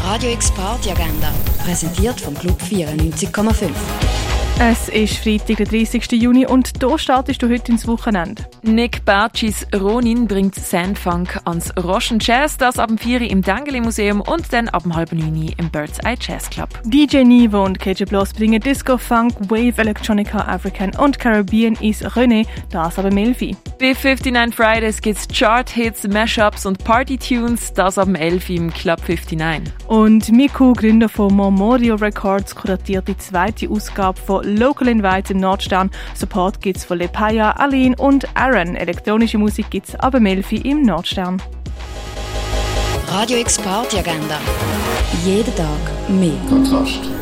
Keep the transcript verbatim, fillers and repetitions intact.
Radio X Party Agenda, präsentiert vom Club vierundneunzig Komma fünf. Es ist Freitag, der dreißigsten Juni und hier startest du heute ins Wochenende. Nick Barcis Ronin bringt Sandfunk ans Roschen Jazz, das ab dem vier im Dengeli Museum und dann ab dem halb neun im Bird's Eye Jazz Club. D J Nivo und K J Bloss bringen Disco, Funk, Wave, Electronica, African und Caribbean ins René, das aber elf. Bei neunundfünfzig Fridays gibt's Chart-Hits, Mashups und Party-Tunes, das ab dem elf im Club neunundfünfzig. Und Miku, Gründer von Memorial Records, kuratiert die zweite Ausgabe von Local Invites im Nordstern. Support gibt's von Lepaya, Aline und Aaron. Elektronische Musik gibt's ab dem elf im Nordstern. Radio X Party Agenda. Jeden Tag mehr. Kontrast.